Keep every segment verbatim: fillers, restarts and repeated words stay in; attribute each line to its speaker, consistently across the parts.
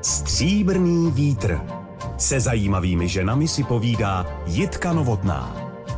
Speaker 1: Stříbrný vítr. Se zajímavými ženami si povídá Jitka Novotná.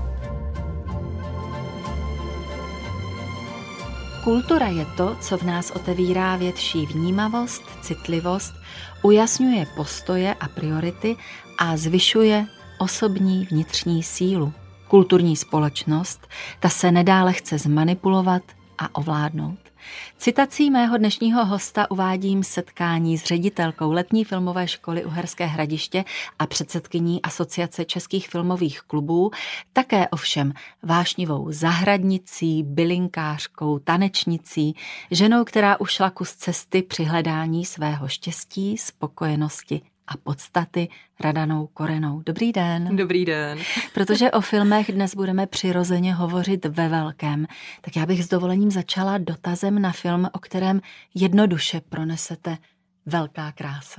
Speaker 2: Kultura je to, co v nás otevírá větší vnímavost, citlivost, ujasňuje postoje a priority a zvyšuje osobní vnitřní sílu. Kulturní společnost, ta se nedá lehce zmanipulovat a ovládnout. Citací mého dnešního hosta uvádím setkání s ředitelkou letní filmové školy Uherské Hradiště a předsedkyní Asociace českých filmových klubů, také ovšem vášnivou zahradnicí, bylinkářkou, tanečnicí, ženou, která ušla kus cesty při hledání svého štěstí, spokojenosti a podstaty, Radanou Korenou. Dobrý den.
Speaker 3: Dobrý den.
Speaker 2: Protože o filmech dnes budeme přirozeně hovořit ve velkém, tak já bych s dovolením začala dotazem na film, o kterém jednoduše pronesete velká krása.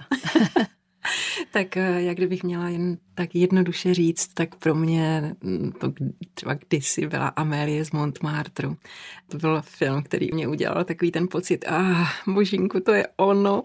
Speaker 3: Tak jak kdybych měla jen tak jednoduše říct, tak pro mě to třeba kdysi byla Amélie z Montmartru. To byl film, který mě udělal takový ten pocit, ah, božínku, to je ono.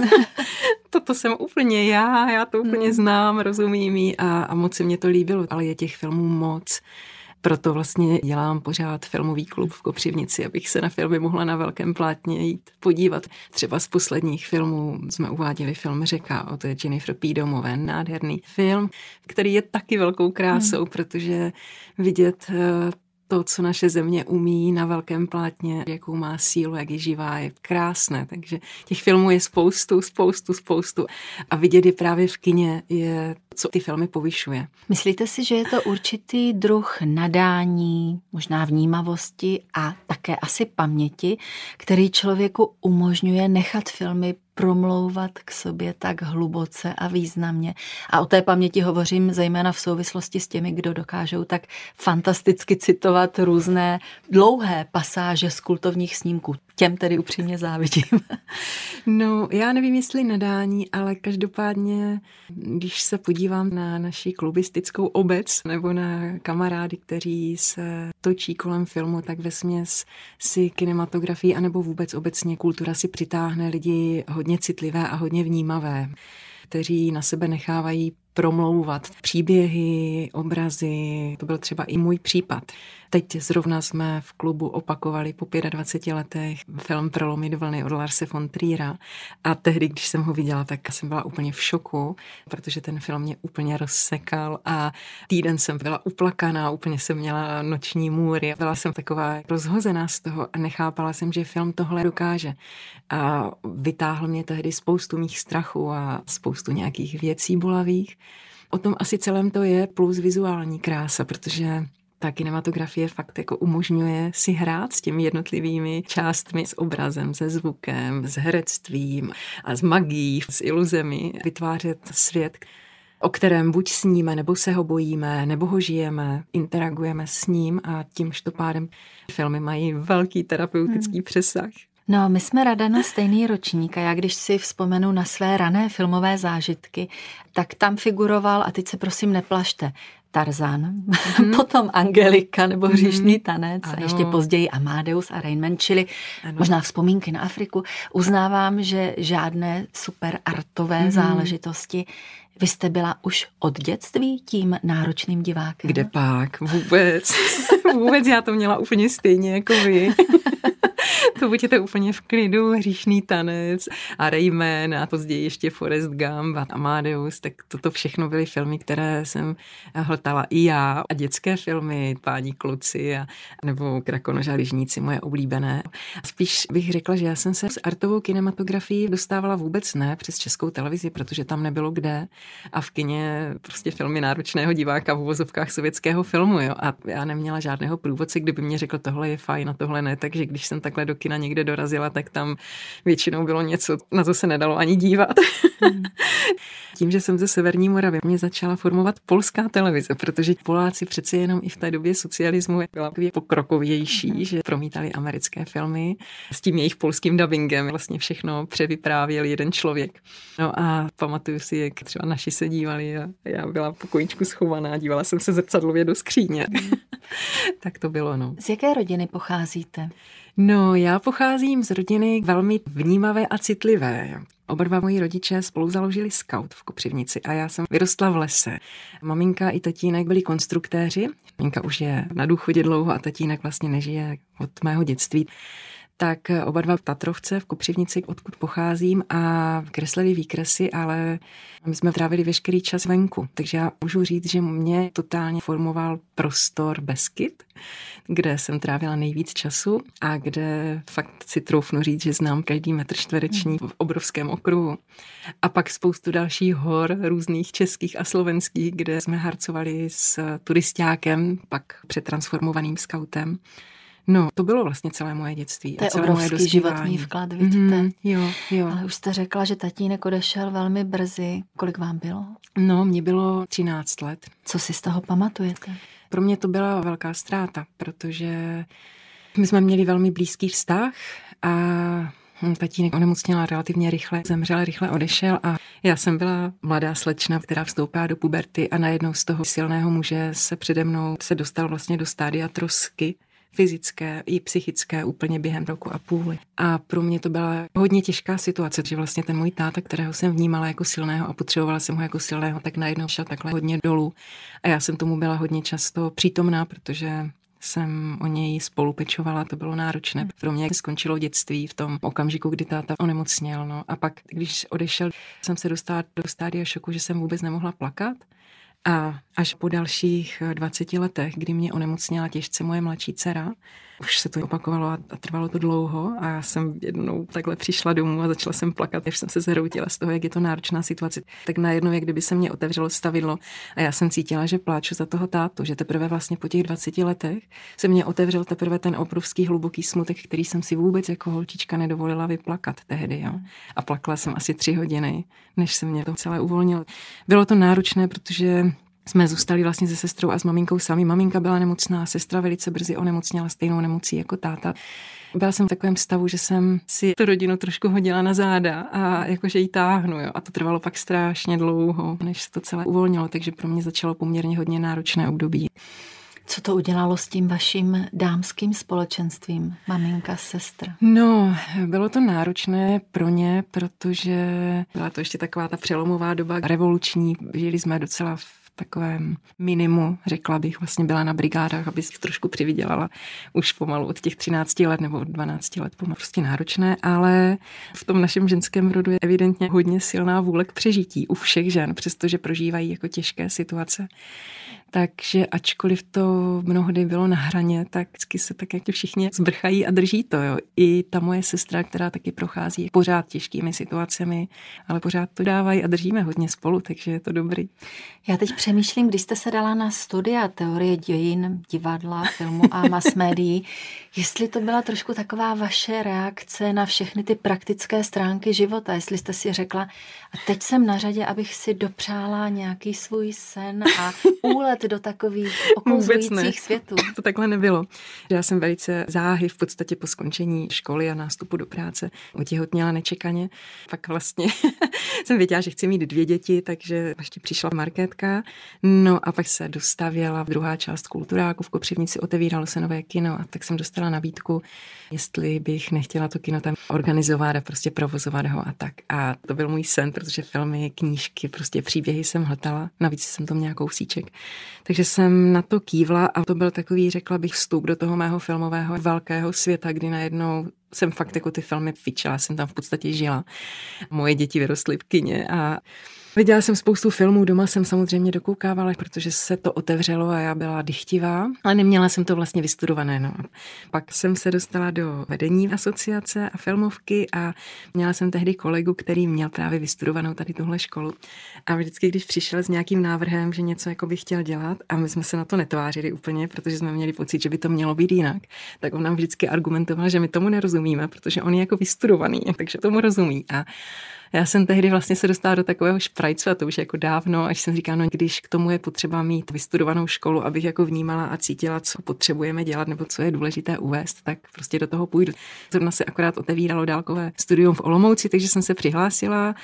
Speaker 3: Toto jsem úplně já, já to úplně znám, rozumím jí a, a moc se mě to líbilo, ale je těch filmů moc. Proto vlastně dělám pořád filmový klub v Kopřivnici, abych se na filmy mohla na velkém plátně jít podívat. Třeba z posledních filmů jsme uváděli film Řeka od Jennifer P. Domové, nádherný film, který je taky velkou krásou, hmm. protože vidět to, co naše země umí na velkém plátně, jakou má sílu, jak je živá, je krásné. Takže těch filmů je spoustu, spoustu, spoustu. A vidět je právě v kině je, co ty filmy povyšuje.
Speaker 2: Myslíte si, že je to určitý druh nadání, možná vnímavosti a také asi paměti, který člověku umožňuje nechat filmy promlouvat k sobě tak hluboce a významně. A o té paměti hovořím zejména v souvislosti s těmi, kdo dokážou tak fantasticky citovat různé dlouhé pasáže z kultovních snímků. Těm tedy upřímně závidím.
Speaker 3: No, já nevím, jestli nadání, ale každopádně, když se podívám na naši klubistickou obec nebo na kamarády, kteří se točí kolem filmu, tak vesměs si kinematografii anebo vůbec obecně kultura si přitáhne lidi hodně citlivé a hodně vnímavé, kteří na sebe nechávají promlouvat příběhy, obrazy. To byl třeba i můj případ. Teď zrovna jsme v klubu opakovali po dvaceti pěti letech film Prolomit vlny od Larse von Triera a tehdy, když jsem ho viděla, tak jsem byla úplně v šoku, protože ten film mě úplně rozsekal a týden jsem byla uplakaná, úplně jsem měla noční můry. Byla jsem taková rozhozená z toho a nechápala jsem, že film tohle dokáže. A vytáhl mě tehdy spoustu mých strachů a spoustu nějakých věcí bolavých. O tom asi celém to je, plus vizuální krása, protože ta kinematografie fakt jako umožňuje si hrát s těmi jednotlivými částmi, s obrazem, se zvukem, s herectvím a s magií, s iluzemi, vytvářet svět, o kterém buď sníme, nebo se ho bojíme, nebo ho žijeme, interagujeme s ním a tímž to pádem filmy mají velký terapeutický hmm. přesah.
Speaker 2: No, my jsme Radana stejný ročník a já když si vzpomenu na své rané filmové zážitky, tak tam figuroval, a teď se prosím neplašte, Tarzan, mm. potom Angelika nebo Hříšný tanec mm. a ještě později Amadeus a Rainman, čili ano. možná vzpomínky na Afriku. Uznávám, že žádné super artové mm. záležitosti. Vy jste byla už od dětství tím náročným divákem?
Speaker 3: Kde pak? Vůbec. Vůbec já to měla úplně stejně jako vy. To buďte úplně v klidu, Hříšný tanec a Rayman a později ještě Forrest Gump a Amadeus, tak toto všechno byly filmy, které jsem hltala i já a dětské filmy, Páni kluci a nebo Krakonoža-lyžníci, moje oblíbené. Spíš bych řekla, že já jsem se s artovou kinematografií dostávala vůbec ne přes Českou televizi, protože tam nebylo kde a v kině prostě filmy náročného diváka v uvozovkách sovětského filmu, jo, a já neměla žádného průvodce, kdyby mě řekl, tohle je fajn a tohle ne, takže když jsem takhle do kina někde dorazila, tak tam většinou bylo něco, na co se nedalo ani dívat. Hmm. Tím, že jsem ze Severní Moravy, mě začala formovat polská televize, protože Poláci přeci jenom i v té době socialismu byla pokrokovější, hmm. že promítali americké filmy s tím jejich polským dubbingem. Vlastně všechno převyprávěl jeden člověk. No a pamatuju si, jak třeba naši se dívali a já byla v pokojíčku schovaná, dívala jsem se zrcadlově do skříně. Hmm. Tak to bylo, no.
Speaker 2: Z jaké rodiny pocházíte?
Speaker 3: No, já pocházím z rodiny velmi vnímavé a citlivé. Oba dva moji rodiče spolu založili Skaut v Kopřivnici a já jsem vyrostla v lese. Maminka i tatínek byli konstruktéři. Maminka už je na důchodě dlouho a tatínek vlastně nežije od mého dětství. Tak oba dva v Tatrovce v Kopřivnici, odkud pocházím, a kreslili výkresy, ale my jsme trávili veškerý čas venku. Takže já můžu říct, že mě totálně formoval prostor Beskyd, kde jsem trávila nejvíc času a kde fakt si troufnu říct, že znám každý metr čtvereční v obrovském okruhu. A pak spoustu dalších hor, různých českých a slovenských, kde jsme harcovali s turistákem, pak přetransformovaným skautem. No, to bylo vlastně celé moje dětství.
Speaker 2: To je
Speaker 3: celé
Speaker 2: obrovský
Speaker 3: moje
Speaker 2: životní vklad, vidíte.
Speaker 3: Mm, jo, jo.
Speaker 2: Ale už jste řekla, že tatínek odešel velmi brzy. Kolik vám bylo?
Speaker 3: No, mně bylo třináct let.
Speaker 2: Co si z toho pamatujete?
Speaker 3: Pro mě to byla velká ztráta, protože my jsme měli velmi blízký vztah a tatínek onemocněla relativně rychle, zemřel, rychle odešel a já jsem byla mladá slečna, která vstoupila do puberty a najednou z toho silného muže se přede mnou se dostal vlastně do stádia trosky, fyzické i psychické, úplně během roku a půl. A pro mě to byla hodně těžká situace, že vlastně ten můj táta, kterého jsem vnímala jako silného a potřebovala jsem ho jako silného, tak najednou šel takhle hodně dolů. A já jsem tomu byla hodně často přítomná, protože jsem o něj spolupečovala, to bylo náročné. Pro mě skončilo dětství v tom okamžiku, kdy táta onemocněl. No. A pak, když odešel, jsem se dostala do stádia šoku, že jsem vůbec nemohla plakat. A až po dalších dvaceti letech, kdy mě onemocněla těžce moje mladší dcera, už se to opakovalo a trvalo to dlouho a já jsem jednou takhle přišla domů a začala jsem plakat, až jsem se zhroutila z toho, jak je to náročná situace. Tak najednou, jak kdyby se mě otevřelo stavidlo a já jsem cítila, že pláču za toho tátu, že teprve vlastně po těch dvaceti letech se mě otevřel teprve ten obrovský hluboký smutek, který jsem si vůbec jako holčička nedovolila vyplakat tehdy. Jo. A plakala jsem asi tři hodiny, než se mě to celé uvolnilo. Bylo to náročné, protože jsme zůstali vlastně se sestrou a s maminkou sami. Maminka byla nemocná, sestra velice brzy onemocněla stejnou nemocí jako táta. Byla jsem v takovém stavu, že jsem si tu rodinu trošku hodila na záda a jakože ji táhnu. Jo. A to trvalo pak strašně dlouho, než se to celé uvolnilo, takže pro mě začalo poměrně hodně náročné období.
Speaker 2: Co to udělalo s tím vaším dámským společenstvím, maminka, sestra?
Speaker 3: No, bylo to náročné pro ně, protože byla to ještě taková ta přelomová doba revoluční. Žili jsme docela v takovém minimu, řekla bych, vlastně byla na brigádách, aby si trošku přivydělala už pomalu od těch třinácti let nebo od dvanácti let, pomalu prostě náročné, ale v tom našem ženském rodu je evidentně hodně silná vůle k přežití u všech žen, přestože prožívají jako těžké situace. Takže ačkoliv to mnohdy bylo na hraně, tak vždycky se tak jak všichni zbrchají a drží to. Jo. I ta moje sestra, která taky prochází pořád těžkými situacemi, ale pořád to dávají a držíme hodně spolu, takže je to dobrý.
Speaker 2: Já teď přemýšlím, když jste se dala na studia teorie dějin, divadla, filmu a mass médií, jestli to byla trošku taková vaše reakce na všechny ty praktické stránky života, jestli jste si řekla, a teď jsem na řadě, abych si dopřála nějaký svůj sen a úlet do takových okouzlujících světů.
Speaker 3: To takhle nebylo. Já jsem velice záhy v podstatě po skončení školy a nástupu do práce otěhotněla nečekaně. Pak vlastně jsem věděla, že chci mít dvě děti, takže ještě přišla marketka. No a pak se dostavěla druhá část kulturáku v Kopřivnici, otevíralo se nové kino a tak jsem dostala nabídku, jestli bych nechtěla to kino tam organizovat a prostě provozovat ho a tak. A to byl můj sen, protože filmy, knížky, prostě příběhy jsem hltala. Navíc jsem to měla kousíček. Takže jsem na to kývla a to byl takový, řekla bych, vstup do toho mého filmového velkého světa, kdy najednou jsem fakt jako ty filmy fičela, jsem tam v podstatě žila. Moje děti vyrostly v kině a viděla jsem spoustu filmů, doma jsem samozřejmě dokoukávala, protože se to otevřelo a já byla dychtivá, ale neměla jsem to vlastně vystudované. No. Pak jsem se dostala do vedení asociace a filmovky a měla jsem tehdy kolegu, který měl právě vystudovanou tady tuhle školu. A vždycky, když přišel s nějakým návrhem, že něco jako by chtěl dělat a my jsme se na to netvářili úplně, protože jsme měli pocit, že by to mělo být jinak, tak on nám vždycky argumentoval, že my tomu nerozumíme, protože on je jako vystudovaný, takže tomu rozumí. A já jsem tehdy vlastně se dostala do takového špatného Frajcu a to už jako dávno, až jsem říkala, no když k tomu je potřeba mít vystudovanou školu, abych jako vnímala a cítila, co potřebujeme dělat nebo co je důležité uvést, tak prostě do toho půjdu. Zrovna se akorát otevíralo dálkové studium v Olomouci, takže jsem se přihlásila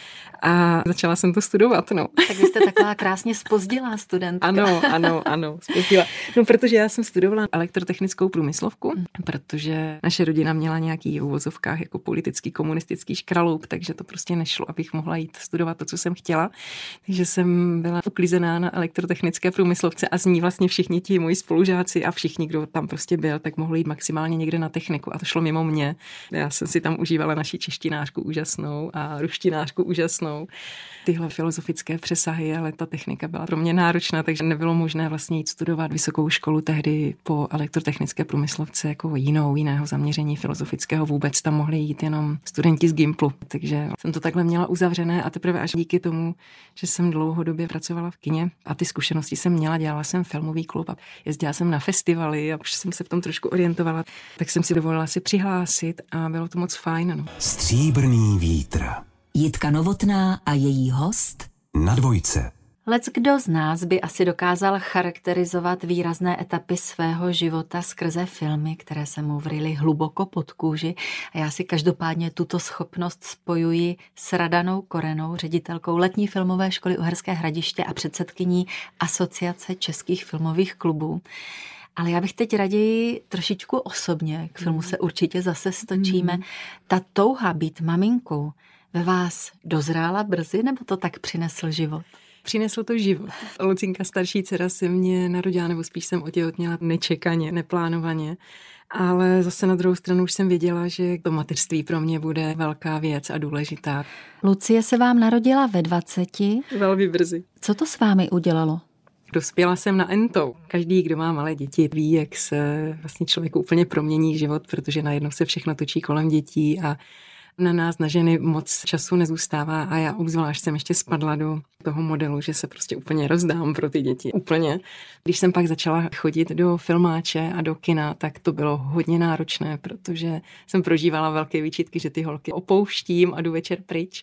Speaker 3: a začala jsem to studovat, no.
Speaker 2: Tak vy jste taková krásně zpozdilá studentka.
Speaker 3: Ano, ano, ano, zpozdila. No, protože já jsem studovala elektrotechnickou průmyslovku, hmm. protože naše rodina měla nějaký v uvozovkách jako politický komunistický škraloup, takže to prostě nešlo, abych mohla jít studovat to, co jsem chtěla. Takže jsem byla uklizená na elektrotechnické průmyslovce a z ní vlastně všichni ti moji spolužáci a všichni, kdo tam prostě byl, tak mohli jít maximálně někde na techniku a to šlo mimo mě. Já jsem si tam užívala naši češtinářku úžasnou a ruštinářku úžasnou. Tyhle filozofické přesahy, ale ta technika byla pro mě náročná, takže nebylo možné vlastně jít studovat vysokou školu tehdy po elektrotechnické průmyslovce jako jinou, jiného zaměření filozofického vůbec. Tam mohli jít jenom studenti z Gimplu, takže jsem to takhle měla uzavřené a teprve až díky tomu, že jsem dlouhodobě pracovala v kině a ty zkušenosti jsem měla, dělala jsem filmový klub a jezdila jsem na festivaly a už jsem se v tom trošku orientovala, tak jsem si dovolila si přihlásit a bylo to moc fajn. No.
Speaker 1: Stříbrný vítr.
Speaker 4: Jitka Novotná a její host
Speaker 1: na Dvojce.
Speaker 2: Leckdo z nás by asi dokázal charakterizovat výrazné etapy svého života skrze filmy, které se mu vryly hluboko pod kůži. A já si každopádně tuto schopnost spojuji s Radanou Korenou, ředitelkou letní filmové školy Uherské Hradiště a předsedkyní Asociace českých filmových klubů. Ale já bych teď raději trošičku osobně, k filmu se určitě zase stočíme. Ta touha být maminkou ve vás dozrála brzy, nebo to tak přinesl život?
Speaker 3: Přinesl to život. Lucinka, starší dcera, se mě narodila, nebo spíš jsem otěhotněla nečekaně, neplánovaně. Ale zase na druhou stranu už jsem věděla, že to mateřství pro mě bude velká věc a důležitá.
Speaker 2: Lucie se vám narodila ve dvaceti.
Speaker 3: Velmi brzy.
Speaker 2: Co to s vámi udělalo?
Speaker 3: Dospěla jsem na entou. Každý, kdo má malé děti, ví, jak se vlastně člověku úplně promění život, protože najednou se všechno točí kolem dětí a na nás, na ženy, moc času nezůstává a já obzvlášť jsem ještě spadla do toho modelu, že se prostě úplně rozdám pro ty děti. Úplně. Když jsem pak začala chodit do filmáče a do kina, tak to bylo hodně náročné, protože jsem prožívala velké výčitky, že ty holky opouštím a jdu večer pryč.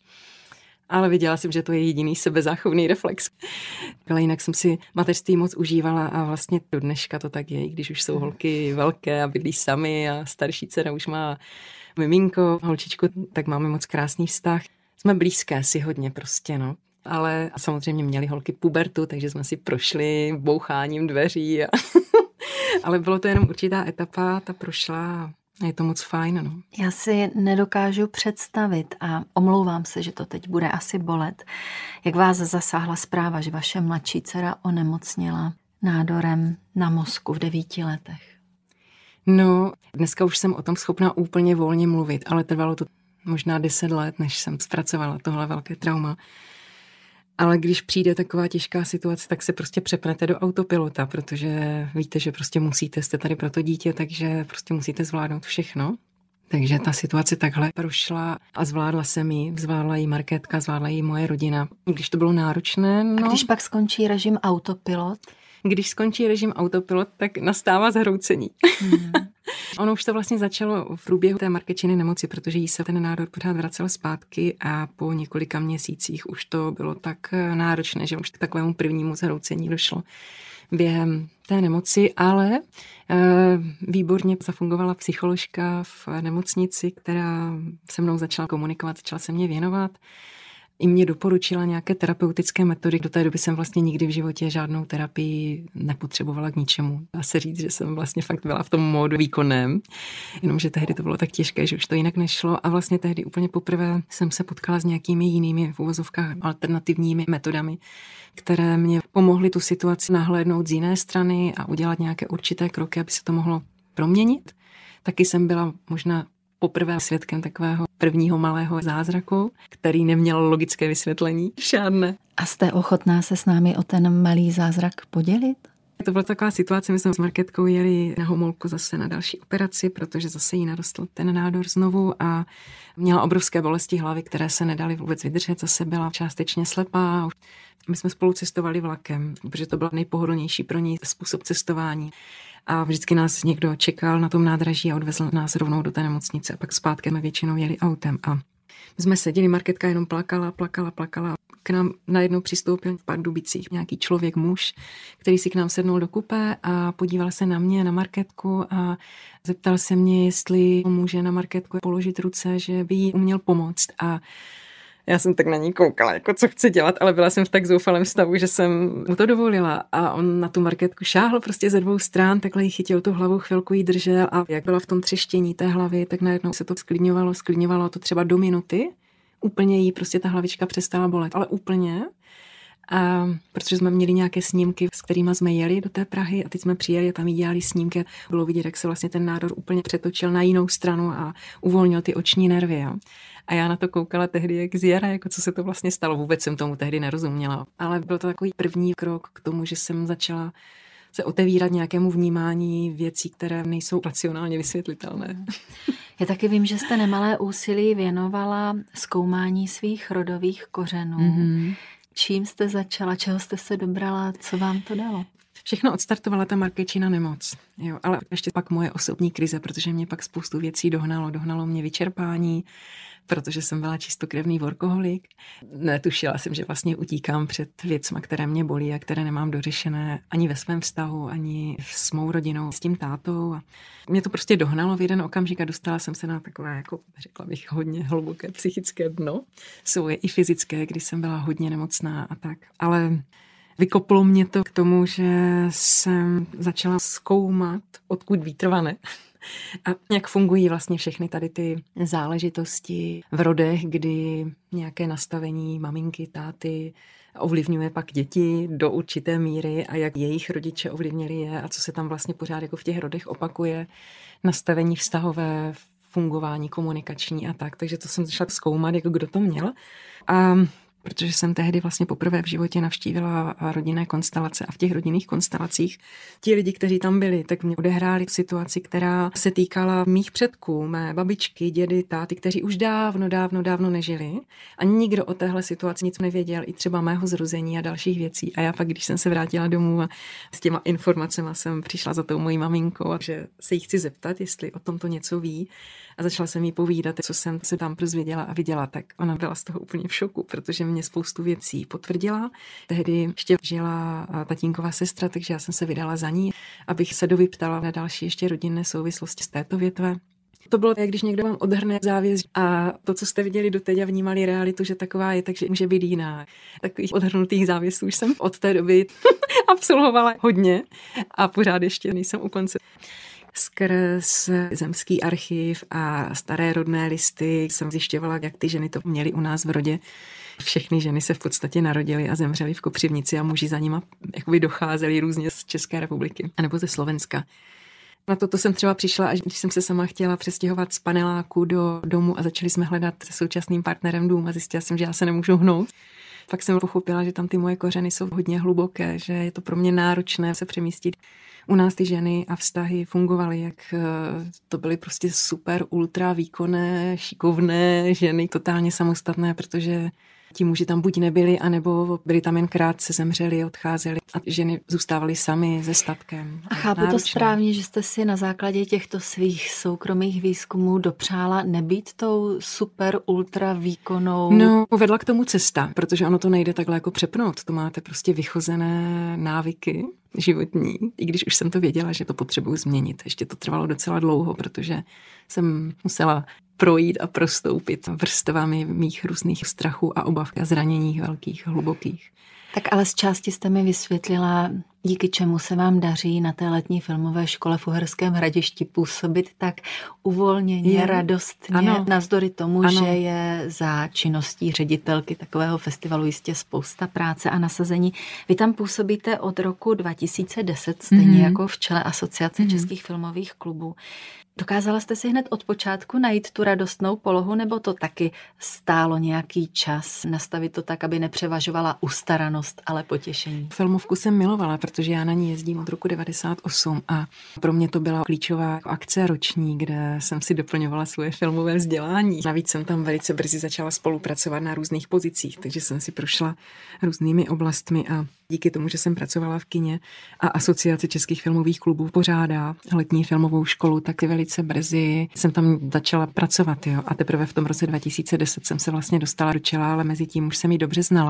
Speaker 3: Ale viděla jsem, že to je jediný sebezáchovný reflex. Ale jinak jsem si mateřství moc užívala a vlastně do dneška to tak je, i když už jsou holky velké a bydlí sami a starší dcera už má miminko, holčičku, tak máme moc krásný vztah. Jsme blízké si hodně prostě, no. Ale samozřejmě měli holky pubertu, takže jsme si prošli boucháním dveří. A ale bylo to jenom určitá etapa, ta prošla a je to moc fajn, no.
Speaker 2: Já si nedokážu představit a omlouvám se, že to teď bude asi bolet, jak vás zasáhla zpráva, že vaše mladší dcera onemocněla nádorem na mozku v devíti letech.
Speaker 3: No, dneska už jsem o tom schopná úplně volně mluvit, ale trvalo to možná deset let, než jsem zpracovala tohle velké trauma. Ale když přijde taková těžká situace, tak se prostě přepnete do autopilota, protože víte, že prostě musíte, jste tady pro to dítě, takže prostě musíte zvládnout všechno. Takže ta situace takhle prošla a zvládla jsem ji, zvládla ji Markétka, zvládla ji moje rodina. Když to bylo náročné, no...
Speaker 2: A když pak skončí režim autopilot?
Speaker 3: Když skončí režim autopilot, tak nastává zhroucení. Hmm. Ono už to vlastně začalo v průběhu té Markéčiny nemoci, protože jí se ten nádor pořád vracel zpátky a po několika měsících už to bylo tak náročné, že už k takovému prvnímu zhroucení došlo během té nemoci, ale e, výborně zafungovala psycholožka v nemocnici, která se mnou začala komunikovat, začala se mě věnovat. I mě doporučila nějaké terapeutické metody. Do té doby jsem vlastně nikdy v životě žádnou terapii nepotřebovala k ničemu. Dá se říct, že jsem vlastně fakt byla v tom módu výkonném, jenomže tehdy to bylo tak těžké, že už to jinak nešlo a vlastně tehdy úplně poprvé jsem se potkala s nějakými jinými v uvozovkách alternativními metodami, které mě pomohly tu situaci nahlédnout z jiné strany a udělat nějaké určité kroky, aby se to mohlo proměnit. Taky jsem byla možná poprvé svědkem takového prvního malého zázraku, který neměl logické vysvětlení. Žádné.
Speaker 2: A jste ochotná se s námi o ten malý zázrak podělit?
Speaker 3: To byla taková situace, my jsme s Markétkou jeli na Homolku zase na další operaci, protože zase jí narostl ten nádor znovu a měla obrovské bolesti hlavy, které se nedaly vůbec vydržet, zase byla částečně slepá. My jsme spolu cestovali vlakem, protože to byl nejpohodlnější pro ní způsob cestování. A vždycky nás někdo čekal na tom nádraží a odvezl nás rovnou do té nemocnice. A pak zpátky jsme většinou jeli autem. A my jsme seděli, Markétka jenom plakala, plakala, plakala. k nám najednou přistoupil v Pardubicích nějaký člověk, muž, který si k nám sednul do kupé a podíval se na mě, na marketku a zeptal se mě, jestli může na marketku položit ruce, že by jí uměl pomoct. A já jsem tak na ní koukala, jako co chce dělat, ale byla jsem v tak zoufalém stavu, že jsem mu to dovolila. A on na tu marketku šáhl prostě ze dvou stran, takhle jí chytil tu hlavu, chvilku jí držel a jak byla v tom třeštění té hlavy, tak najednou se to sklidňovalo, sklidňovalo to třeba do minuty. Úplně jí prostě ta hlavička přestala bolet, ale úplně. A protože jsme měli nějaké snímky, s kterými jsme jeli do té Prahy a teď jsme přijeli a tam jí dělali snímky. Bylo vidět, jak se vlastně ten nádor úplně přetočil na jinou stranu a uvolnil ty oční nervy. Jo. A já na to koukala tehdy jak z jara, jako co se to vlastně stalo. Vůbec jsem tomu tehdy nerozuměla. Ale byl to takový první krok k tomu, že jsem začala se otevírat nějakému vnímání věcí, které nejsou racionálně vysvětlitelné.
Speaker 2: Já taky vím, že jste nemalé úsilí věnovala zkoumání svých rodových kořenů.
Speaker 3: Mm-hmm.
Speaker 2: Čím jste začala, čeho jste se dobrala, co vám to dalo?
Speaker 3: Všechno odstartovala ta Markéčina nemoc, jo, ale ještě pak moje osobní krize, protože mě pak spoustu věcí dohnalo. Dohnalo mě vyčerpání, protože jsem byla čistokrevný workoholik. Netušila jsem, že vlastně utíkám před věcmi, které mě bolí a které nemám dořešené ani ve svém vztahu, ani s mou rodinou, s tím tátou. A mě to prostě dohnalo v jeden okamžik a dostala jsem se na takové, jako řekla bych, hodně hluboké psychické dno. Svoje i fyzické, kdy jsem byla hodně nemocná a tak. Ale vykoplo mě to k tomu, že jsem začala zkoumat, odkud vítr vane. A jak fungují vlastně všechny tady ty záležitosti v rodech, kdy nějaké nastavení maminky, táty ovlivňuje pak děti do určité míry a jak jejich rodiče ovlivnili je a co se tam vlastně pořád jako v těch rodech opakuje, nastavení vztahové, fungování komunikační a tak. Takže to jsem začala zkoumat, jako kdo to měl. A protože jsem tehdy vlastně poprvé v životě navštívila rodinné konstelace a v těch rodinných konstelacích ti lidi, kteří tam byli, tak mě odehráli situaci, která se týkala mých předků, mé babičky, dědy, táty, kteří už dávno, dávno, dávno nežili a nikdo o téhle situaci nic nevěděl, i třeba mého zrození a dalších věcí. A já pak, když jsem se vrátila domů a s těma informacemi jsem přišla za tou mojí maminkou a že se jí chci zeptat, jestli o tomto něco ví. A začala jsem jí povídat, co jsem se tam prozvěděla a viděla, tak ona byla z toho úplně v šoku, protože mě spoustu věcí potvrdila. Tehdy ještě žila tatínková sestra, takže já jsem se vydala za ní, abych se dovyptala na další ještě rodinné souvislosti z této větve. To bylo, jak když někdo vám odhrne závěs a to, co jste viděli doteď a vnímali realitu, že taková je, takže může být jiná. Takových odhrnutých závěsů už jsem od té doby absolvovala hodně a pořád ještě nejsem u konce. Skrz zemský archiv a staré rodné listy jsem zjišťovala, jak ty ženy to měly u nás v rodě. Všechny ženy se v podstatě narodily a zemřely v Kopřivnici a muži za nima jakoby docházeli různě z České republiky anebo ze Slovenska. Na toto jsem třeba přišla, až když jsem se sama chtěla přestěhovat z paneláku do domu a začali jsme hledat se současným partnerem dům a zjistila jsem, že já se nemůžu hnout. Pak jsem pochopila, že tam ty moje kořeny jsou hodně hluboké, že je to pro mě náročné se přemístit. U nás ty ženy a vztahy fungovaly, jak to byly prostě super, ultra výkonné, šikovné ženy, totálně samostatné, protože ti muži tam buď nebyli, anebo byli tam jen krátce, zemřeli, odcházeli a ženy zůstávaly sami se statkem.
Speaker 2: A chápu náročné. To správně, že jste si na základě těchto svých soukromých výzkumů dopřála nebýt tou super, ultra výkonnou?
Speaker 3: No, povedla k tomu cesta, protože ono to nejde takhle jako přepnout. To máte prostě vychozené návyky životní, i když už jsem to věděla, že to potřebuji změnit. Ještě to trvalo docela dlouho, protože jsem musela projít a prostoupit vrstvami mých různých strachů a obav a zranění velkých, hlubokých.
Speaker 2: Tak ale z části jste mi vysvětlila, díky čemu se vám daří na té letní filmové škole v Uherském Hradišti působit tak uvolněně, je. radostně, ano. navzdory tomu, ano. že je za činností ředitelky takového festivalu jistě spousta práce a nasazení. Vy tam působíte od roku dva tisíce deset, stejně mm-hmm. jako v čele Asociace mm-hmm. českých filmových klubů. Dokázala jste si hned od počátku najít tu radostnou polohu, nebo to taky stálo nějaký čas nastavit to tak, aby nepřevažovala ustaranost, ale potěšení?
Speaker 3: Filmovku jsem milovala, protože já na ní jezdím od roku devadesát osm a pro mě to byla klíčová akce roční, kde jsem si doplňovala svoje filmové vzdělání. Navíc jsem tam velice brzy začala spolupracovat na různých pozicích, takže jsem si prošla různými oblastmi a díky tomu, že jsem pracovala v kině a Asociace českých filmových klubů pořádá letní filmovou školu, tak velice brzy jsem tam začala pracovat. Jo. A teprve v tom roce dva tisíce deset jsem se vlastně dostala do čela, ale mezi tím už jsem ji dobře znala.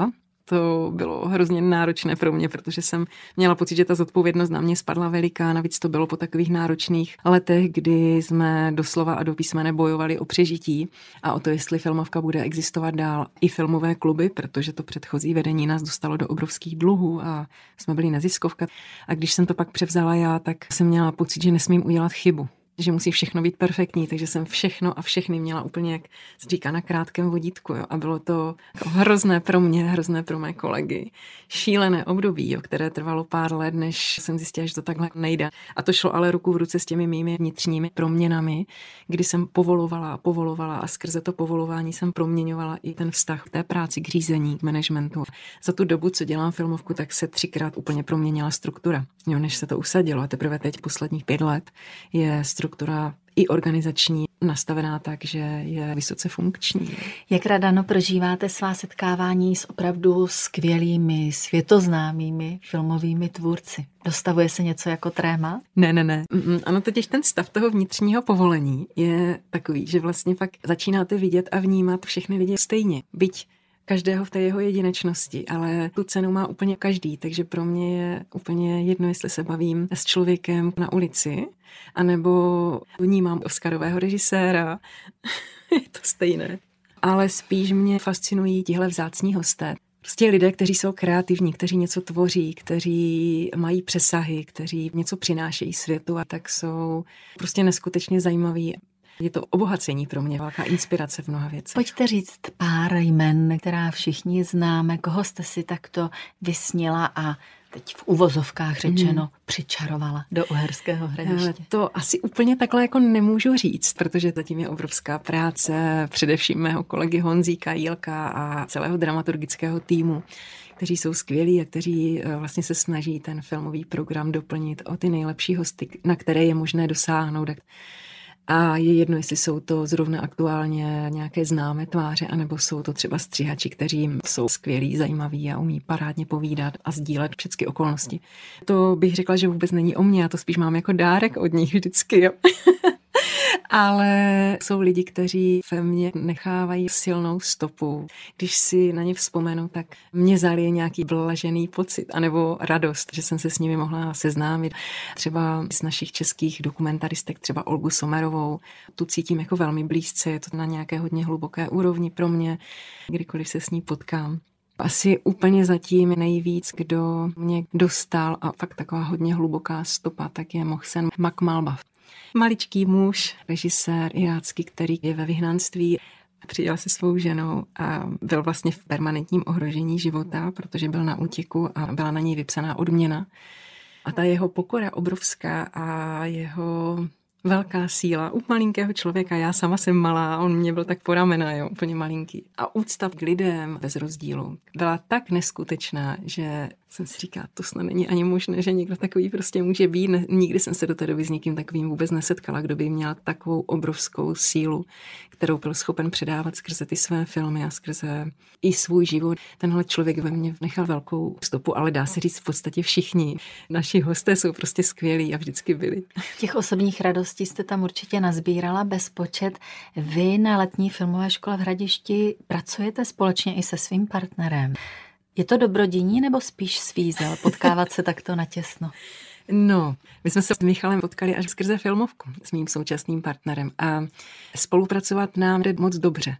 Speaker 3: to bylo hrozně náročné pro mě, protože jsem měla pocit, že ta zodpovědnost na mě spadla veliká. Navíc to bylo po takových náročných letech, kdy jsme doslova a do písmene bojovali o přežití a o to, jestli filmovka bude existovat dál. I filmové kluby, protože to předchozí vedení nás dostalo do obrovských dluhů a jsme byli neziskovka. A když jsem to pak převzala já, tak jsem měla pocit, že nesmím udělat chybu. Že musí všechno být perfektní, takže jsem všechno a všechny měla úplně, jak se říká, na krátkém vodítku. Jo. A bylo to hrozné pro mě, hrozné pro mé kolegy. Šílené období, jo, které trvalo pár let, než jsem zjistila, že to takhle nejde. A to šlo ale ruku v ruce s těmi mými vnitřními proměnami, kdy jsem povolovala a povolovala a skrze to povolování jsem proměňovala i ten vztah k té práci, k řízení, k managementu. Za tu dobu, co dělám filmovku, tak se třikrát úplně proměnila struktura, jo, než se to usadilo. A teprve teď posledních pět let je struktura i organizační nastavená tak, že je vysoce funkční.
Speaker 2: Jak Radano prožíváte svá setkávání s opravdu skvělými, světoznámými filmovými tvůrci? Dostavuje se něco jako tréma?
Speaker 3: Ne, ne, ne. Mm, ano, totiž ten stav toho vnitřního povolení je takový, že vlastně fakt začínáte vidět a vnímat všechny lidi stejně. Byť každého v té jeho jedinečnosti, ale tu cenu má úplně každý, takže pro mě je úplně jedno, jestli se bavím s člověkem na ulici, anebo vnímám oscarového režiséra. Je to stejné. Ale spíš mě fascinují tihle vzácní hosté. Prostě lidé, kteří jsou kreativní, kteří něco tvoří, kteří mají přesahy, kteří něco přinášejí světu a tak jsou prostě neskutečně zajímaví. Je to obohacení pro mě, velká inspirace v mnoha věcech.
Speaker 2: Pojďte říct pár jmen, která všichni známe, koho jste si takto vysnila a teď v uvozovkách řečeno mm. přičarovala do Uherského Hradiště.
Speaker 3: To asi úplně takhle jako nemůžu říct, protože zatím je obrovská práce, především mého kolegy Honzíka Jílka a celého dramaturgického týmu, kteří jsou skvělí a kteří vlastně se snaží ten filmový program doplnit o ty nejlepší hosty, na které je možné dosáhnout. A je jedno, jestli jsou to zrovna aktuálně nějaké známé tváře, anebo jsou to třeba střihači, kteří jsou skvělí, zajímaví a umí parádně povídat a sdílet všechny okolnosti. To bych řekla, že vůbec není o mně, já to spíš mám jako dárek od nich vždycky. Jo. Ale jsou lidi, kteří ve mně nechávají silnou stopu. Když si na ně vzpomenu, tak mě zalije nějaký blažený pocit, anebo radost, že jsem se s nimi mohla seznámit. Třeba z našich českých dokumentaristek, třeba Olgu Somerovou, tu cítím jako velmi blízce, je to na nějaké hodně hluboké úrovni pro mě, kdykoliv se s ní potkám. Asi úplně zatím nejvíc, kdo mě dostal a fakt taková hodně hluboká stopa, tak je Mohsen Makmalbaf. Maličký muž, režisér irácký, který je ve vyhnanství, přijel se svou ženou a byl vlastně v permanentním ohrožení života, protože byl na útěku a byla na něj vypsaná odměna. A ta jeho pokora obrovská a jeho velká síla u malinkého člověka, já sama jsem malá, on mě byl tak po ramena, jo, úplně malinký. A úcta k lidem bez rozdílu byla tak neskutečná, že jsem si říkala, to snad není ani možné, že někdo takový prostě může být. Nikdy jsem se do té doby s někým takovým vůbec nesetkala, kdo by měl takovou obrovskou sílu, kterou byl schopen předávat skrze ty své filmy a skrze i svůj život. Tenhle člověk ve mně nechal velkou stopu, ale dá se říct v podstatě všichni. Naši hosté jsou prostě skvělí a vždycky byli.
Speaker 2: Těch osobních radostí jste tam určitě nazbírala bezpočet. Vy na letní filmové škole v Hradišti pracujete společně i se svým partnerem. Je to dobrodění nebo spíš svízel potkávat se takto natěsno?
Speaker 3: No, my jsme se s Michalem potkali až skrze filmovku s mým současným partnerem a spolupracovat nám jde moc dobře.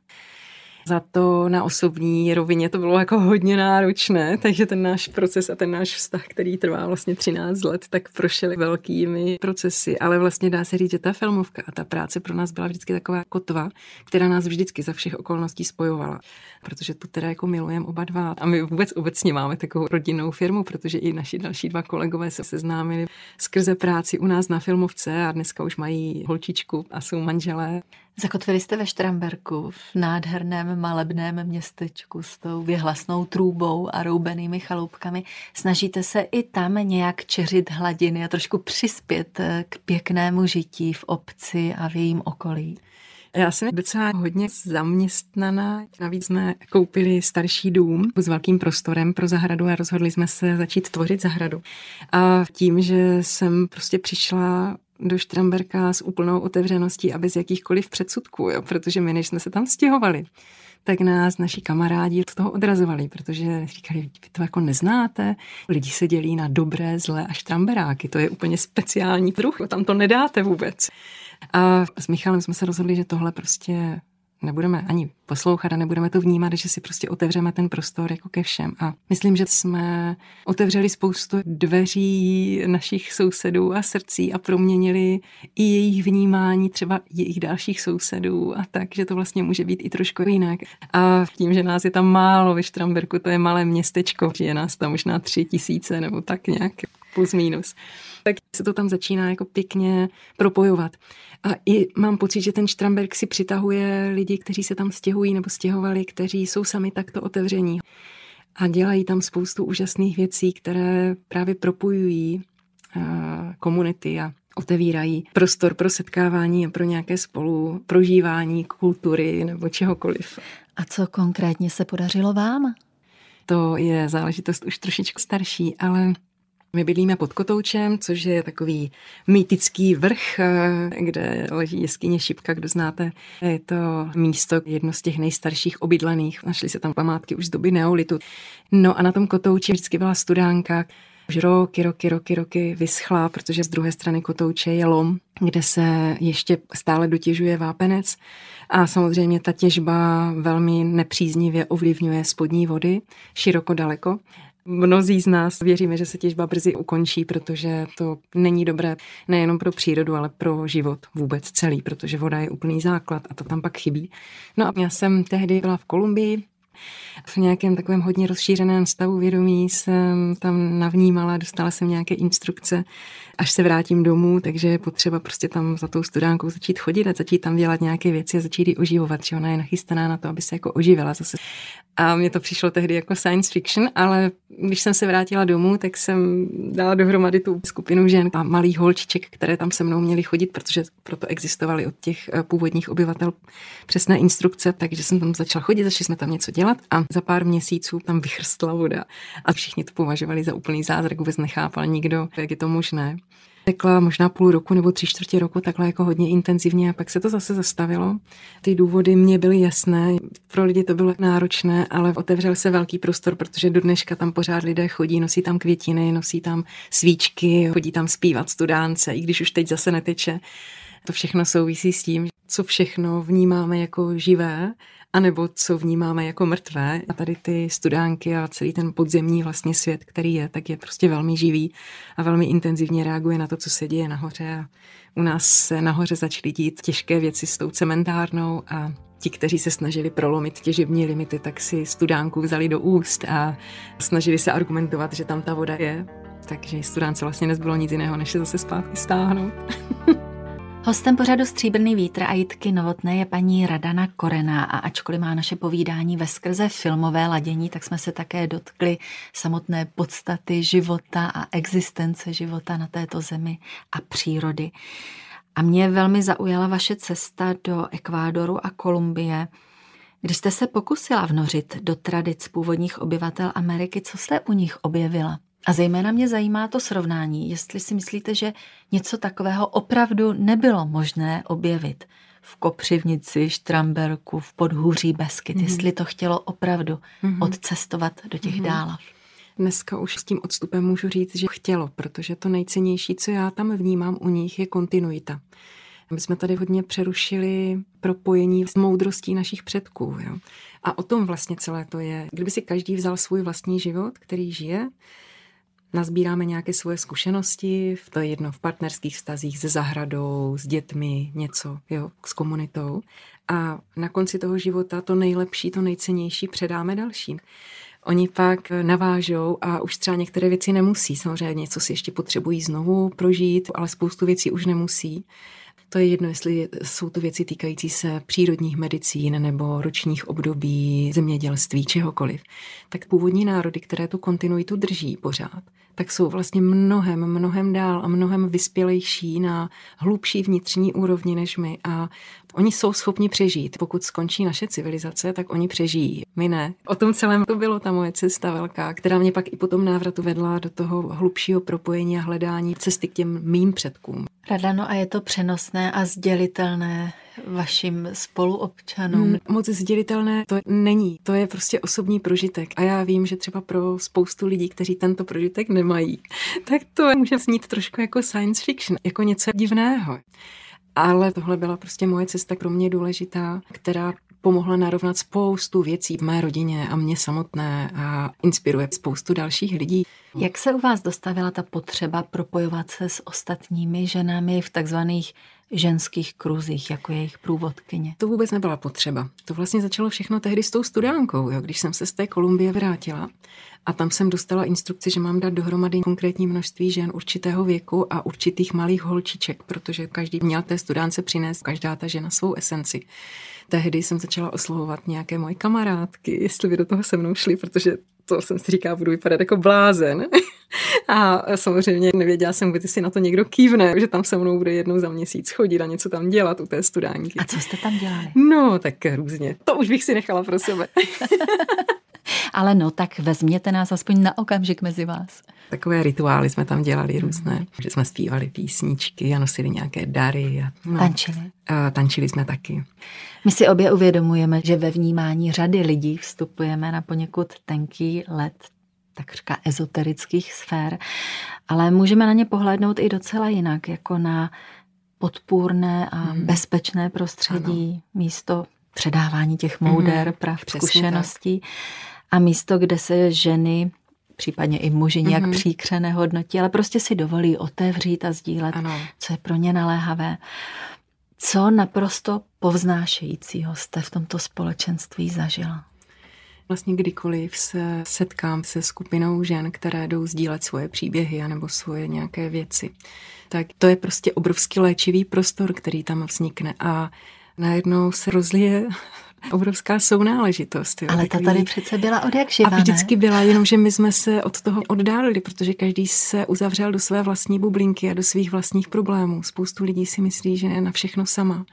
Speaker 3: Za to na osobní rovině to bylo jako hodně náročné, takže ten náš proces a ten náš vztah, který trvá vlastně třináct let, tak prošel velkými procesy, ale vlastně dá se říct, že ta filmovka a ta práce pro nás byla vždycky taková kotva, která nás vždycky za všech okolností spojovala, protože tu teda jako milujeme oba dva a my vůbec obecně máme takovou rodinnou firmu, protože i naši další dva kolegové se seznámili skrze práci u nás na filmovce a dneska už mají holčičku a jsou manželé.
Speaker 2: Zakotvili jste ve Štramberku, v nádherném malebném městečku s tou věhlasnou trůbou a roubenými chaloupkami. Snažíte se i tam nějak čeřit hladiny a trošku přispět k pěknému žití v obci a v jejím okolí?
Speaker 3: Já jsem docela hodně zaměstnaná. Navíc jsme koupili starší dům s velkým prostorem pro zahradu a rozhodli jsme se začít tvořit zahradu. A tím, že jsem prostě přišla do Štramberka s úplnou otevřeností a bez jakýchkoliv předsudků, jo? Protože my, než jsme se tam stěhovali, tak nás naši kamarádi od toho odrazovali, protože říkali, vy to jako neznáte, lidi se dělí na dobré, zlé a štramberáky, to je úplně speciální druh, tam to nedáte vůbec. A s Michalem jsme se rozhodli, že tohle prostě nebudeme ani poslouchat a nebudeme to vnímat, že si prostě otevřeme ten prostor jako ke všem. A myslím, že jsme otevřeli spoustu dveří našich sousedů a srdcí a proměnili i jejich vnímání třeba jejich dalších sousedů a tak, že to vlastně může být i trošku jinak. A tím, že nás je tam málo ve Štramberku, to je malé městečko, že je nás tam možná tři tisíce nebo tak nějak plus minus. Tak se to tam začíná jako pěkně propojovat. A i mám pocit, že ten Štramberk si přitahuje lidi, kteří se tam stěhují nebo stěhovali, kteří jsou sami takto otevření. A dělají tam spoustu úžasných věcí, které právě propojují komunity a otevírají prostor pro setkávání a pro nějaké spolu prožívání kultury nebo čehokoliv.
Speaker 2: A co konkrétně se podařilo vám?
Speaker 3: To je záležitost už trošičku starší, ale my bydlíme pod Kotoučem, což je takový mýtický vrch, kde leží jeskyně Šipka, kdo znáte. Je to místo, jedno z těch nejstarších obydlených. Našly se tam památky už z doby neolitu. No a na tom Kotouči vždycky byla studánka. Už roky, roky, roky, roky vyschla, protože z druhé strany Kotouče je lom, kde se ještě stále dotěžuje vápenec. A samozřejmě ta těžba velmi nepříznivě ovlivňuje spodní vody, široko daleko. Mnozí z nás věříme, že se těžba brzy ukončí, protože to není dobré nejenom pro přírodu, ale pro život vůbec celý, protože voda je úplný základ a to tam pak chybí. No a já jsem tehdy byla v Kolumbii. V nějakém takovém hodně rozšířeném stavu vědomí jsem tam navnímala, dostala jsem nějaké instrukce, až se vrátím domů, takže je potřeba prostě tam za tou studánkou začít chodit a začít tam dělat nějaké věci a začít ji oživovat, že ona je nachystaná na to, aby se jako oživila zase. A mně to přišlo tehdy jako science fiction, ale když jsem se vrátila domů, tak jsem dala dohromady tu skupinu žen a malých holčiček, které tam se mnou měly chodit, protože proto existovaly od těch původních obyvatel přesné instrukce, takže jsem tam začala chodit, začali jsme tam něco dělat a za pár měsíců tam vychrstla voda a všichni to považovali za úplný zázrak, vůbec nechápal nikdo, jak je to možné. Tekla možná půl roku nebo tři čtvrtě roku takhle jako hodně intenzivně a pak se to zase zastavilo. Ty důvody mě byly jasné, pro lidi to bylo náročné, ale otevřel se velký prostor, protože do dneška tam pořád lidé chodí, nosí tam květiny, nosí tam svíčky, chodí tam zpívat studánce, i když už teď zase neteče. To všechno souvisí s tím, co všechno vnímáme jako živé, anebo co vnímáme jako mrtvé. A tady ty studánky a celý ten podzemní vlastně svět, který je, tak je prostě velmi živý a velmi intenzivně reaguje na to, co se děje nahoře. A u nás se nahoře začaly dít těžké věci s tou cementárnou a ti, kteří se snažili prolomit těžební limity, tak si studánku vzali do úst a snažili se argumentovat, že tam ta voda je. Takže studánce vlastně nezbylo nic jiného, než se zase zpátky stáhnout.
Speaker 2: Hostem pořadu Stříbrný vítr a Jitky Novotné je paní Radana Korená a ačkoliv má naše povídání veskrze filmové ladění, tak jsme se také dotkli samotné podstaty života a existence života na této zemi a přírody. A mě velmi zaujala vaše cesta do Ekvádoru a Kolumbie. Když jste se pokusila vnořit do tradic původních obyvatel Ameriky, co jste u nich objevila? A zejména mě zajímá to srovnání, jestli si myslíte, že něco takového opravdu nebylo možné objevit v Kopřivnici, Štramberku, v podhůří Beskyd, mm-hmm. jestli to chtělo opravdu mm-hmm. odcestovat do těch mm-hmm. dálav.
Speaker 3: Dneska už s tím odstupem můžu říct, že chtělo, protože to nejcennější, co já tam vnímám u nich, je kontinuita. My jsme tady hodně přerušili propojení s moudrostí našich předků. Jo? A o tom vlastně celé to je. Kdyby si každý vzal svůj vlastní život, který žije, nazbíráme nějaké svoje zkušenosti, to je jedno v partnerských vztazích se zahradou, s dětmi, něco, jo, s komunitou. A na konci toho života to nejlepší, to nejcennější předáme dalším. Oni pak navážou a už třeba některé věci nemusí. Samozřejmě něco si ještě potřebují znovu prožít, ale spoustu věcí už nemusí. To je jedno, jestli jsou to věci týkající se přírodních medicín nebo ročních období, zemědělství, čehokoliv. Tak původní národy, které tu kontinuitu drží pořád, tak jsou vlastně mnohem, mnohem dál a mnohem vyspělejší na hlubší vnitřní úrovni než my a oni jsou schopni přežít. Pokud skončí naše civilizace, tak oni přežijí. My ne. O tom celém to bylo ta moje cesta velká, která mě pak i po tom návratu vedla do toho hlubšího propojení a hledání cesty k těm mým předkům.
Speaker 2: Radano, a je to přenosné a sdělitelné vašim spoluobčanům?
Speaker 3: Hmm, moc sdělitelné to není. To je prostě osobní prožitek. A já vím, že třeba pro spoustu lidí, kteří tento prožitek nemají, tak to může znít trošku jako science fiction, jako něco divného. Ale tohle byla prostě moje cesta pro mě důležitá, která pomohla narovnat spoustu věcí v mé rodině a mě samotné a inspiruje spoustu dalších lidí.
Speaker 2: Jak se u vás dostavila ta potřeba propojovat se s ostatními ženami v takzvaných ženských kruzích, jako jejich průvodkyně?
Speaker 3: To vůbec nebyla potřeba. To vlastně začalo všechno tehdy s tou studánkou, jo, když jsem se z té Kolumbie vrátila. A tam jsem dostala instrukci, že mám dát dohromady konkrétní množství žen určitého věku a určitých malých holčiček, protože každý měl té studánce přinést, každá ta žena svou esenci. Tehdy jsem začala oslovovat nějaké moje kamarádky, jestli by do toho se mnou šli, protože to jsem si říkala, budu vypadat jako blázen. A samozřejmě nevěděla jsem, kdy si na to někdo kývne, že tam se mnou bude jednou za měsíc chodit a něco tam dělat u té studánky.
Speaker 2: A co jste tam dělali?
Speaker 3: No, tak různě. To už bych si nechala pro sebe.
Speaker 2: Ale no, tak vezměte nás aspoň na okamžik mezi vás.
Speaker 3: Takové rituály jsme tam dělali různé, mm. že jsme zpívali písničky a nosili nějaké dary. A, no,
Speaker 2: tančili?
Speaker 3: A tančili jsme taky.
Speaker 2: My si obě uvědomujeme, že ve vnímání řady lidí vstupujeme na poněkud tenký led takřka ezoterických sfér, ale můžeme na ně pohlédnout i docela jinak, jako na podpůrné a mm. bezpečné prostředí, ano. místo předávání těch mouder, mm. pravd, zkušeností tak. A místo, kde se ženy, případně i muži nějak mm-hmm. příkře nehodnotí, ale prostě si dovolí otevřít a sdílet, ano. co je pro ně naléhavé. Co naprosto povznášejícího jste v tomto společenství zažila?
Speaker 3: Vlastně kdykoliv se setkám se skupinou žen, které jdou sdílet svoje příběhy anebo svoje nějaké věci, tak to je prostě obrovský léčivý prostor, který tam vznikne a najednou se rozlije obrovská sounáležitost. Jo,
Speaker 2: ale
Speaker 3: takový...
Speaker 2: ta tady přece byla odjakživa,
Speaker 3: A vždycky byla, jenomže my jsme se od toho oddálili, protože každý se uzavřel do své vlastní bublinky a do svých vlastních problémů. Spoustu lidí si myslí, že je na všechno sama.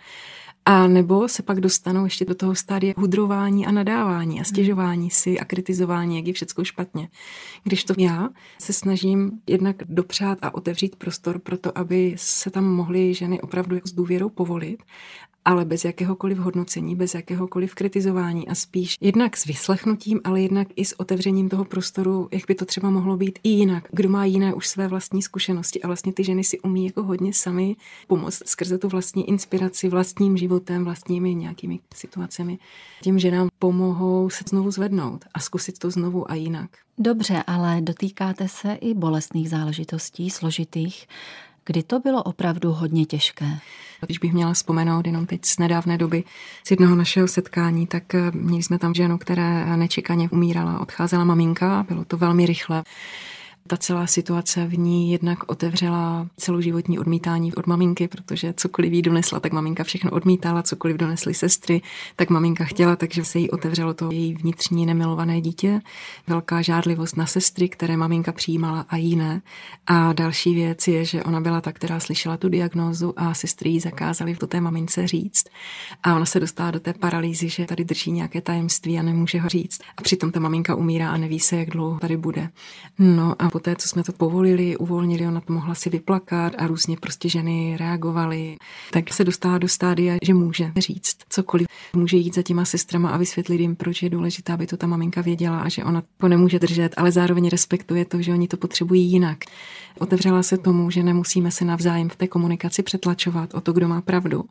Speaker 3: A nebo se pak dostanou ještě do toho stádia hudrování a nadávání a stěžování si a kritizování, jak je všecko špatně. Když to já se snažím jednak dopřát a otevřít prostor pro to, aby se tam mohly ženy opravdu s důvěrou povolit, ale bez jakéhokoliv hodnocení, bez jakéhokoliv kritizování a spíš jednak s vyslechnutím, ale jednak i s otevřením toho prostoru, jak by to třeba mohlo být i jinak. Kdo má jiné už své vlastní zkušenosti a vlastně ty ženy si umí jako hodně sami pomoct skrze tu vlastní inspiraci, vlastním životem, vlastními nějakými situacemi. Těm ženám pomohou se znovu zvednout a zkusit to znovu a jinak.
Speaker 2: Dobře, ale dotýkáte se i bolestných záležitostí, složitých. Kdy to bylo opravdu hodně těžké?
Speaker 3: Když bych měla vzpomenout jenom teď z nedávné doby z jednoho našeho setkání, tak měli jsme tam ženu, která nečekaně umírala. Odcházela maminka, bylo to velmi rychle. Ta celá situace v ní jednak otevřela celoživotní odmítání od maminky, protože cokoliv jí donesla, tak maminka všechno odmítala, cokoliv donesly sestry, tak maminka chtěla, takže se jí otevřelo to její vnitřní nemilované dítě. Velká žádlivost na sestry, které maminka přijímala a jiné. A další věc je, že ona byla ta, která slyšela tu diagnózu a sestry jí zakázaly to té mamince říct. A ona se dostala do té paralýzy, že tady drží nějaké tajemství a nemůže ho říct. A přitom ta maminka umírá a neví se, jak dlouho tady bude. No a poté, co jsme to povolili, uvolnili, ona to mohla si vyplakat a různě prostě ženy reagovaly, tak se dostala do stádia, že může říct cokoliv. Může jít za těma sestrama a vysvětlit jim, proč je důležité, aby to ta maminka věděla a že ona to nemůže držet, ale zároveň respektuje to, že oni to potřebují jinak. Otevřela se tomu, že nemusíme se navzájem v té komunikaci přetlačovat o to, kdo má pravdu,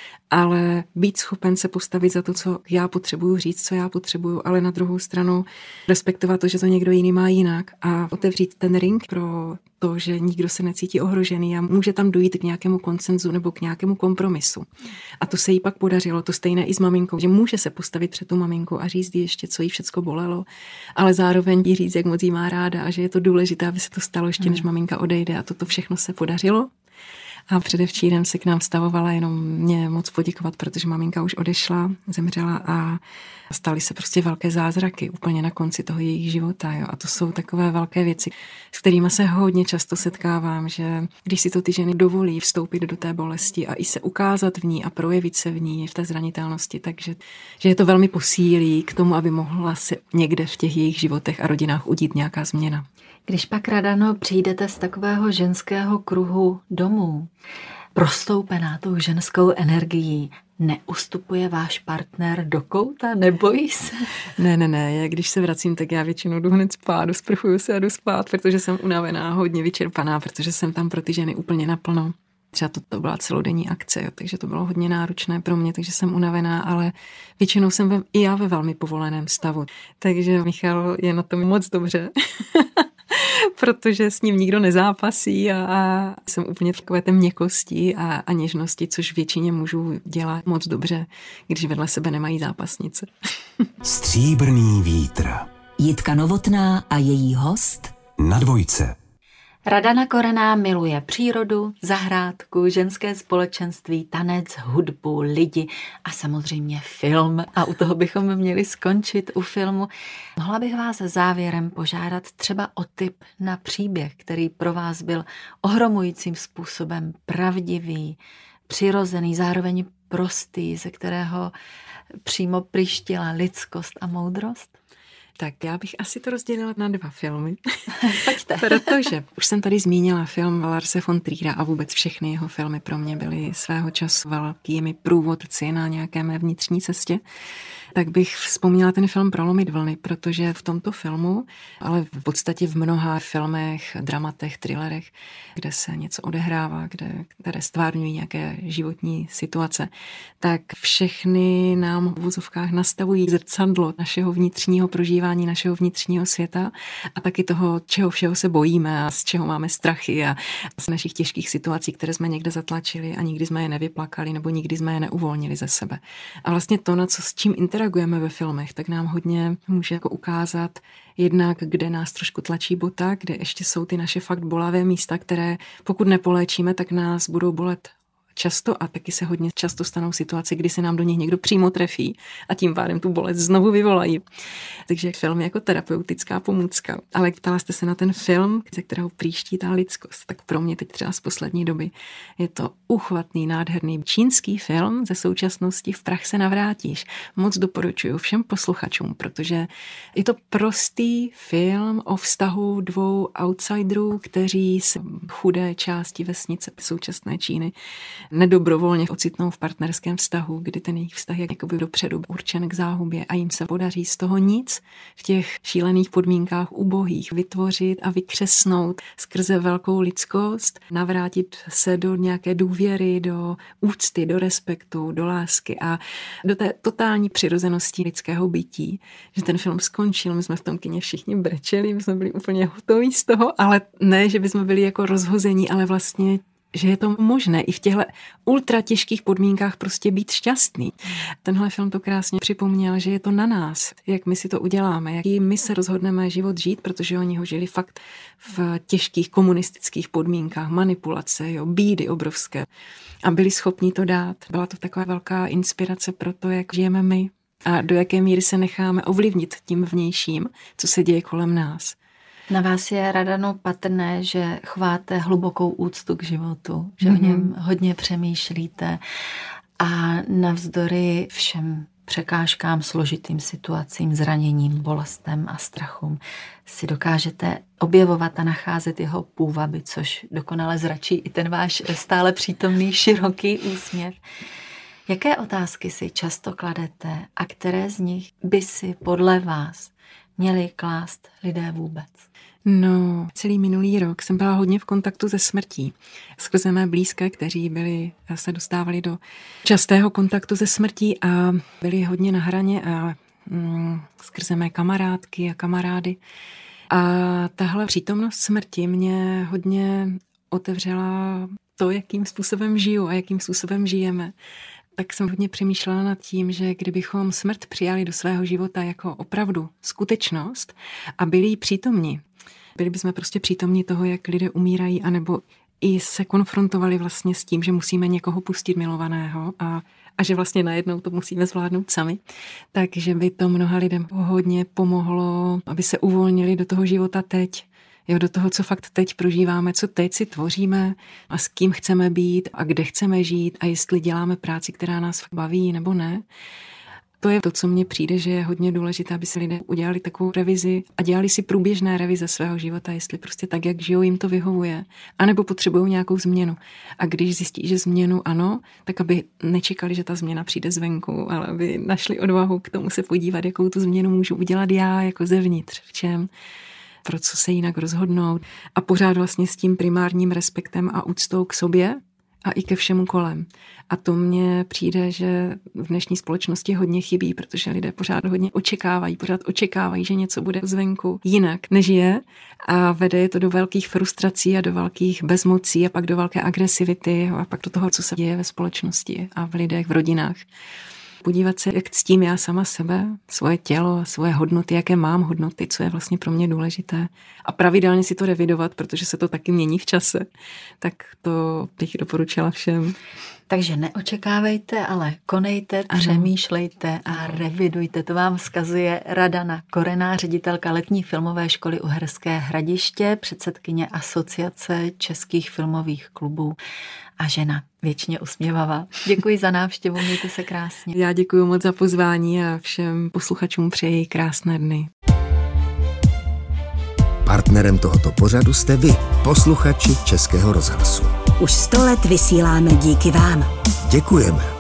Speaker 3: ale být schopen se postavit za to, co já potřebuju říct, co já potřebuju, ale na druhou stranu respektovat to, že to někdo jiný má jinak a otevřít ten ring pro to, že nikdo se necítí ohrožený a může tam dojít k nějakému konsenzu nebo k nějakému kompromisu. A to se jí pak podařilo, to stejné i s maminkou, že může se postavit před tu maminku a říct jí ještě, co jí všecko bolelo, ale zároveň jí říct, jak moc jí má ráda a že je to důležité, aby se to stalo ještě, než maminka odejde a toto všechno se podařilo. A předevčírem se k nám vstavovala jenom mě moc poděkovat, protože maminka už odešla, zemřela a staly se prostě velké zázraky úplně na konci toho jejich života. Jo. A to jsou takové velké věci, s kterými se hodně často setkávám, že když si to ty ženy dovolí vstoupit do té bolesti a i se ukázat v ní a projevit se v ní, v té zranitelnosti, takže že je to velmi posílí k tomu, aby mohla se někde v těch jejich životech a rodinách udít nějaká změna.
Speaker 2: Když pak, Radano, přijdete z takového ženského kruhu domů, prostoupená tou ženskou energií, neustupuje váš partner do kouta? Nebojí se?
Speaker 3: Ne, ne, ne. Já když se vracím, tak já většinou jdu hned spát, sprchuju se a jdu spát, protože jsem unavená, hodně vyčerpaná, protože jsem tam pro ty ženy úplně naplno. Třeba to, to byla celodenní akce, jo, takže to bylo hodně náročné pro mě, takže jsem unavená, ale většinou jsem ve, i já ve velmi povoleném stavu. Takže Michal je na tom moc dobře. Protože s ním nikdo nezápasí a, a jsem úplně v takové té měkkosti a, a něžnosti, což většině mužů dělá moc dobře, když vedle sebe nemají zápasnice.
Speaker 1: Stříbrný vítr.
Speaker 4: Jitka Novotná a její host
Speaker 1: Na dvojce.
Speaker 2: Radana Korená miluje přírodu, zahrádku, ženské společenství, tanec, hudbu, lidi a samozřejmě film. A u toho bychom měli skončit u filmu. Mohla bych vás závěrem požádat třeba o tip na příběh, který pro vás byl ohromujícím způsobem pravdivý, přirozený, zároveň prostý, ze kterého přímo pryštila lidskost a moudrost?
Speaker 3: Tak já bych asi to rozdělila na dva filmy.
Speaker 2: Pojďte.
Speaker 3: Protože už jsem tady zmínila film Larse von Triera a vůbec všechny jeho filmy pro mě byly svého času velkými průvodci na nějaké mé vnitřní cestě. Tak bych vzpomněla ten film Prolomit vlny, protože v tomto filmu, ale v podstatě v mnoha filmech, dramatech, thrillerech, kde se něco odehrává, kde, které stvárňují nějaké životní situace, tak všechny nám v uvozovkách nastavují zrcadlo našeho vnitřního prožívání, našeho vnitřního světa a taky toho, čeho všeho se bojíme a z čeho máme strachy a z našich těžkých situací, které jsme někde zatlačili a nikdy jsme je nevyplakali nebo nikdy jsme je neuvolnili ze sebe. A vlastně to, na co s čím interagujeme ve filmech, tak nám hodně může jako ukázat jednak, kde nás trošku tlačí bota, kde ještě jsou ty naše fakt bolavé místa, které pokud nepoléčíme, tak nás budou bolet často a taky se hodně často stanou situace, kdy se nám do nich někdo přímo trefí a tím pádem tu bolest znovu vyvolají. Takže film je jako terapeutická pomůcka. Ale ptala jste se na ten film, ze kterého příští ta lidskost. Tak pro mě teď třeba z poslední doby je to uchvatný, nádherný čínský film ze současnosti V prach se navrátíš. Moc doporučuju všem posluchačům, protože je to prostý film o vztahu dvou outsiderů, kteří z chudé části vesnice současné Číny nedobrovolně ocitnou v partnerském vztahu, kdy ten jejich vztah je jakoby dopředu určen k záhubě a jim se podaří z toho nic v těch šílených podmínkách ubohých vytvořit a vykřesnout skrze velkou lidskost, navrátit se do nějaké důvěry, do úcty, do respektu, do lásky a do té totální přirozenosti lidského bytí. Že ten film skončil, my jsme v tom kině všichni brečeli, my jsme byli úplně hotoví z toho, ale ne, že bychom byli jako rozhození, ale vlastně že je to možné i v těchto ultra těžkých podmínkách prostě být šťastný. Tenhle film to krásně připomněl, že je to na nás, jak my si to uděláme, jak my se rozhodneme život žít, protože oni ho žili fakt v těžkých komunistických podmínkách, manipulace, jo, bídy obrovské a byli schopni to dát. Byla to taková velká inspirace pro to, jak žijeme my a do jaké míry se necháme ovlivnit tím vnějším, co se děje kolem nás.
Speaker 2: Na vás je, Radano, patrné, že chováte hlubokou úctu k životu, že mm-hmm. o něm hodně přemýšlíte a navzdory všem překážkám, složitým situacím, zraněním, bolestem a strachům si dokážete objevovat a nacházet jeho půvaby, což dokonale zračí i ten váš stále přítomný široký úsměv. Jaké otázky si často kladete a které z nich by si podle vás měli klást lidé vůbec?
Speaker 3: No, celý minulý rok jsem byla hodně v kontaktu se smrtí. Skrze mé blízké, kteří byli, se dostávali do častého kontaktu se smrtí a byli hodně na hraně a mm, skrze mé kamarádky a kamarády. A tahle přítomnost smrti mě hodně otevřela to, jakým způsobem žiju a jakým způsobem žijeme. Tak jsem hodně přemýšlela nad tím, že kdybychom smrt přijali do svého života jako opravdu skutečnost a byli jí přítomni, byli bychom prostě přítomni toho, jak lidé umírají, anebo i se konfrontovali vlastně s tím, že musíme někoho pustit milovaného a, a že vlastně najednou to musíme zvládnout sami. Takže by to mnoha lidem hodně pomohlo, aby se uvolnili do toho života teď. Jo, do toho, co fakt teď prožíváme, co teď si tvoříme a s kým chceme být a kde chceme žít a jestli děláme práci, která nás baví nebo ne. To je to, co mně přijde, že je hodně důležité, aby si lidé udělali takovou revizi a dělali si průběžné revize svého života, jestli prostě tak, jak žijou, jim to vyhovuje, anebo potřebují nějakou změnu. A když zjistí, že změnu ano, tak aby nečekali, že ta změna přijde zvenku, ale aby našli odvahu k tomu se podívat, jakou tu změnu můžu udělat já jako zevnitř, v čem, pro co se jinak rozhodnout. A pořád vlastně s tím primárním respektem a úctou k sobě a i ke všemu kolem. A to mně přijde, že v dnešní společnosti hodně chybí, protože lidé pořád hodně očekávají, pořád očekávají, že něco bude zvenku jinak, než je, a vede je to do velkých frustrací a do velkých bezmocí a pak do velké agresivity a pak do toho, co se děje ve společnosti a v lidech, v rodinách. Podívat se, jak ctím já sama sebe, svoje tělo, svoje hodnoty, jaké mám hodnoty, co je vlastně pro mě důležité. A pravidelně si to revidovat, protože se to taky mění v čase. Tak to bych doporučila všem.
Speaker 2: Takže neočekávejte, ale konejte, ano. Přemýšlejte a revidujte. To vám vzkazuje Radana Korená, ředitelka letní filmové školy Uherské Hradiště, předsedkyně Asociace českých filmových klubů a žena věčně usměvavá. Děkuji za návštěvu, mějte se krásně.
Speaker 3: Já děkuji moc za pozvání a všem posluchačům přeji krásné dny.
Speaker 5: Partnerem tohoto pořadu jste vy, posluchači Českého rozhlasu.
Speaker 4: Už sto let vysíláme díky vám.
Speaker 5: Děkujeme.